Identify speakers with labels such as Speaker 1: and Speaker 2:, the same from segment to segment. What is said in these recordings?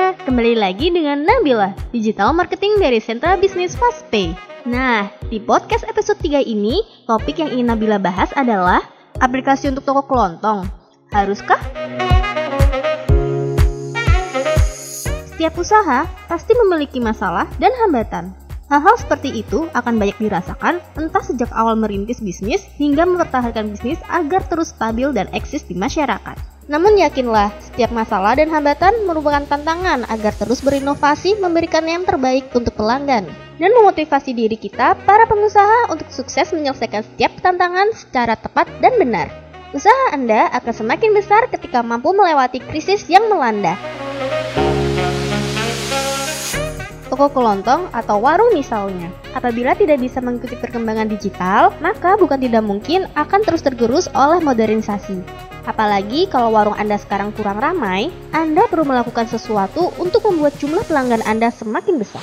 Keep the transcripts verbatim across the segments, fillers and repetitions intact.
Speaker 1: semuanya, kembali lagi dengan Nabila, Digital Marketing dari Sentra Bisnis Fastpay. Nah, di podcast episode tiga ini, topik yang ingin Nabila bahas adalah aplikasi untuk toko kelontong. Haruskah? Setiap usaha pasti memiliki masalah dan hambatan. Hal-hal seperti itu akan banyak dirasakan entah sejak awal merintis bisnis hingga mempertahankan bisnis agar terus stabil dan eksis di masyarakat. Namun yakinlah, setiap masalah dan hambatan merupakan tantangan agar terus berinovasi memberikan yang terbaik untuk pelanggan dan memotivasi diri kita, para pengusaha, untuk sukses menyelesaikan setiap tantangan secara tepat dan benar. Usaha Anda akan semakin besar ketika mampu melewati krisis yang melanda. Toko kelontong atau warung misalnya, apabila tidak bisa mengikuti perkembangan digital, maka bukan tidak mungkin akan terus tergerus oleh modernisasi. Apalagi kalau warung Anda sekarang kurang ramai, Anda perlu melakukan sesuatu untuk membuat jumlah pelanggan Anda semakin besar.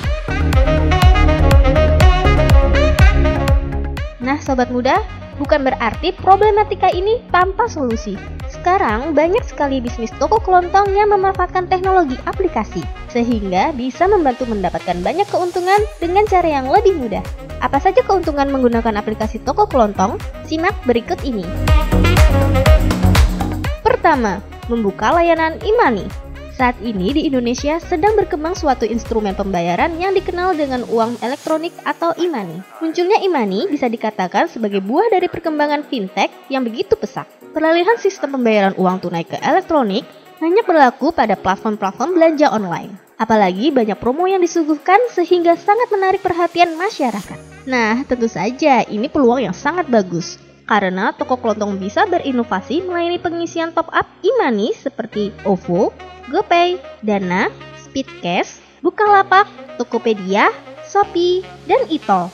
Speaker 1: Nah, sobat muda, bukan berarti problematika ini tanpa solusi. Sekarang banyak sekali bisnis toko kelontong yang memanfaatkan teknologi aplikasi, sehingga bisa membantu mendapatkan banyak keuntungan dengan cara yang lebih mudah. Apa saja keuntungan menggunakan aplikasi toko kelontong? Simak berikut ini. Pertama, membuka layanan e-money. Saat ini di Indonesia sedang berkembang suatu instrumen pembayaran yang dikenal dengan uang elektronik atau e-money. Munculnya e-money bisa dikatakan sebagai buah dari perkembangan fintech yang begitu pesat. Peralihan sistem pembayaran uang tunai ke elektronik hanya berlaku pada platform-platform belanja online. Apalagi banyak promo yang disuguhkan sehingga sangat menarik perhatian masyarakat. Nah, tentu saja ini peluang yang sangat bagus. Karena toko kelontong bisa berinovasi melayani pengisian top-up e-money seperti OVO, GoPay, Dana, Speedcash, Bukalapak, Tokopedia, Shopee, dan e-tol.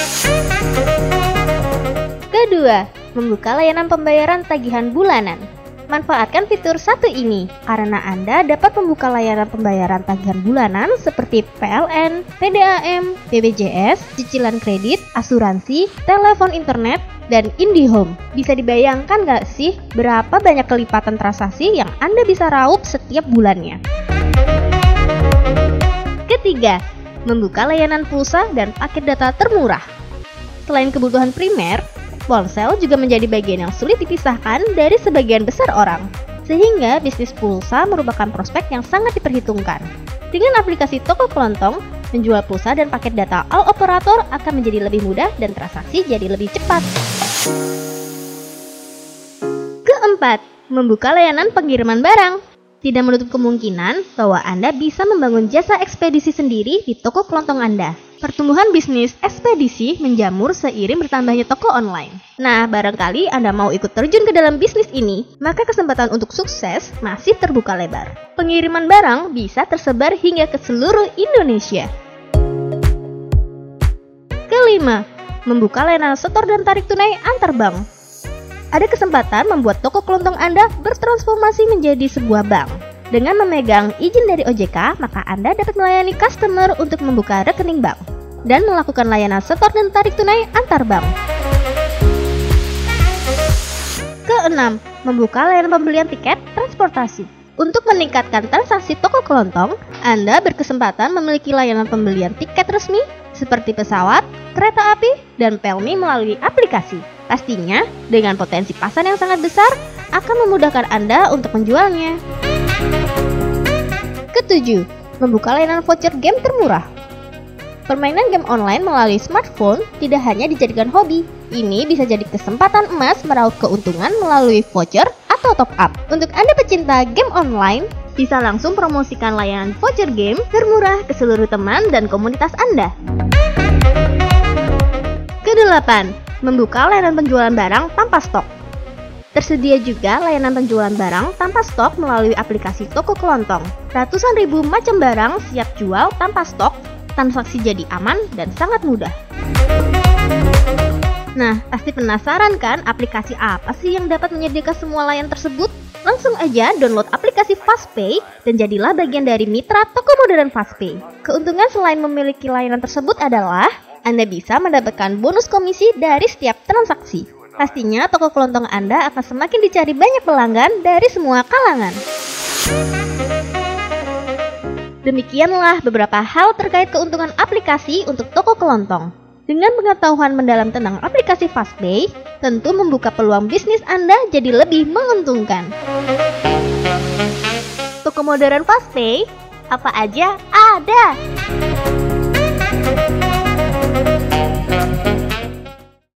Speaker 1: Kedua, membuka layanan pembayaran tagihan bulanan. Manfaatkan fitur satu ini, karena Anda dapat membuka layanan pembayaran tagihan bulanan seperti P L N, P D A M, B P J S, cicilan kredit, asuransi, telepon internet, dan IndiHome. Bisa dibayangkan nggak sih berapa banyak kelipatan transaksi yang Anda bisa raup setiap bulannya? Ketiga, membuka layanan pulsa dan paket data termurah. Selain kebutuhan primer, ponsel juga menjadi bagian yang sulit dipisahkan dari sebagian besar orang. Sehingga bisnis pulsa merupakan prospek yang sangat diperhitungkan. Dengan aplikasi toko kelontong, menjual pulsa dan paket data all operator akan menjadi lebih mudah dan transaksi jadi lebih cepat. Keempat, membuka layanan pengiriman barang. Tidak menutup kemungkinan bahwa Anda bisa membangun jasa ekspedisi sendiri di toko kelontong Anda. Pertumbuhan bisnis ekspedisi menjamur seiring bertambahnya toko online. Nah, barangkali Anda mau ikut terjun ke dalam bisnis ini, maka kesempatan untuk sukses masih terbuka lebar. Pengiriman barang bisa tersebar hingga ke seluruh Indonesia. Kelima, membuka layanan setor dan tarik tunai antar bank. Ada kesempatan membuat toko kelontong Anda bertransformasi menjadi sebuah bank. Dengan memegang izin dari O J K, maka Anda dapat melayani customer untuk membuka rekening bank dan melakukan layanan setor dan tarik tunai antar bank. Keenam, membuka layanan pembelian tiket transportasi. Untuk meningkatkan transaksi toko kelontong, Anda berkesempatan memiliki layanan pembelian tiket resmi seperti pesawat, kereta api, dan pelni melalui aplikasi. Pastinya, dengan potensi pasar yang sangat besar, akan memudahkan Anda untuk menjualnya. Ketujuh, membuka layanan voucher game termurah. Permainan game online melalui smartphone tidak hanya dijadikan hobi. Ini bisa jadi kesempatan emas meraup keuntungan melalui voucher atau top up. Untuk Anda pecinta game online, bisa langsung promosikan layanan voucher game termurah ke seluruh teman dan komunitas Anda. Kedelapan, membuka layanan penjualan barang tanpa stok. Tersedia juga layanan penjualan barang tanpa stok melalui aplikasi toko kelontong. Ratusan ribu macam barang siap jual tanpa stok, transaksi jadi aman dan sangat mudah. Nah, pasti penasaran kan aplikasi apa sih yang dapat menyediakan semua layanan tersebut? Langsung aja download aplikasi Fastpay dan jadilah bagian dari mitra toko modern Fastpay. Keuntungan selain memiliki layanan tersebut adalah Anda bisa mendapatkan bonus komisi dari setiap transaksi. Pastinya toko kelontong Anda akan semakin dicari banyak pelanggan dari semua kalangan. Demikianlah beberapa hal terkait keuntungan aplikasi untuk toko kelontong. Dengan pengetahuan mendalam tentang aplikasi Fastpay, tentu membuka peluang bisnis Anda jadi lebih menguntungkan. Toko modern Fastpay, apa aja ada.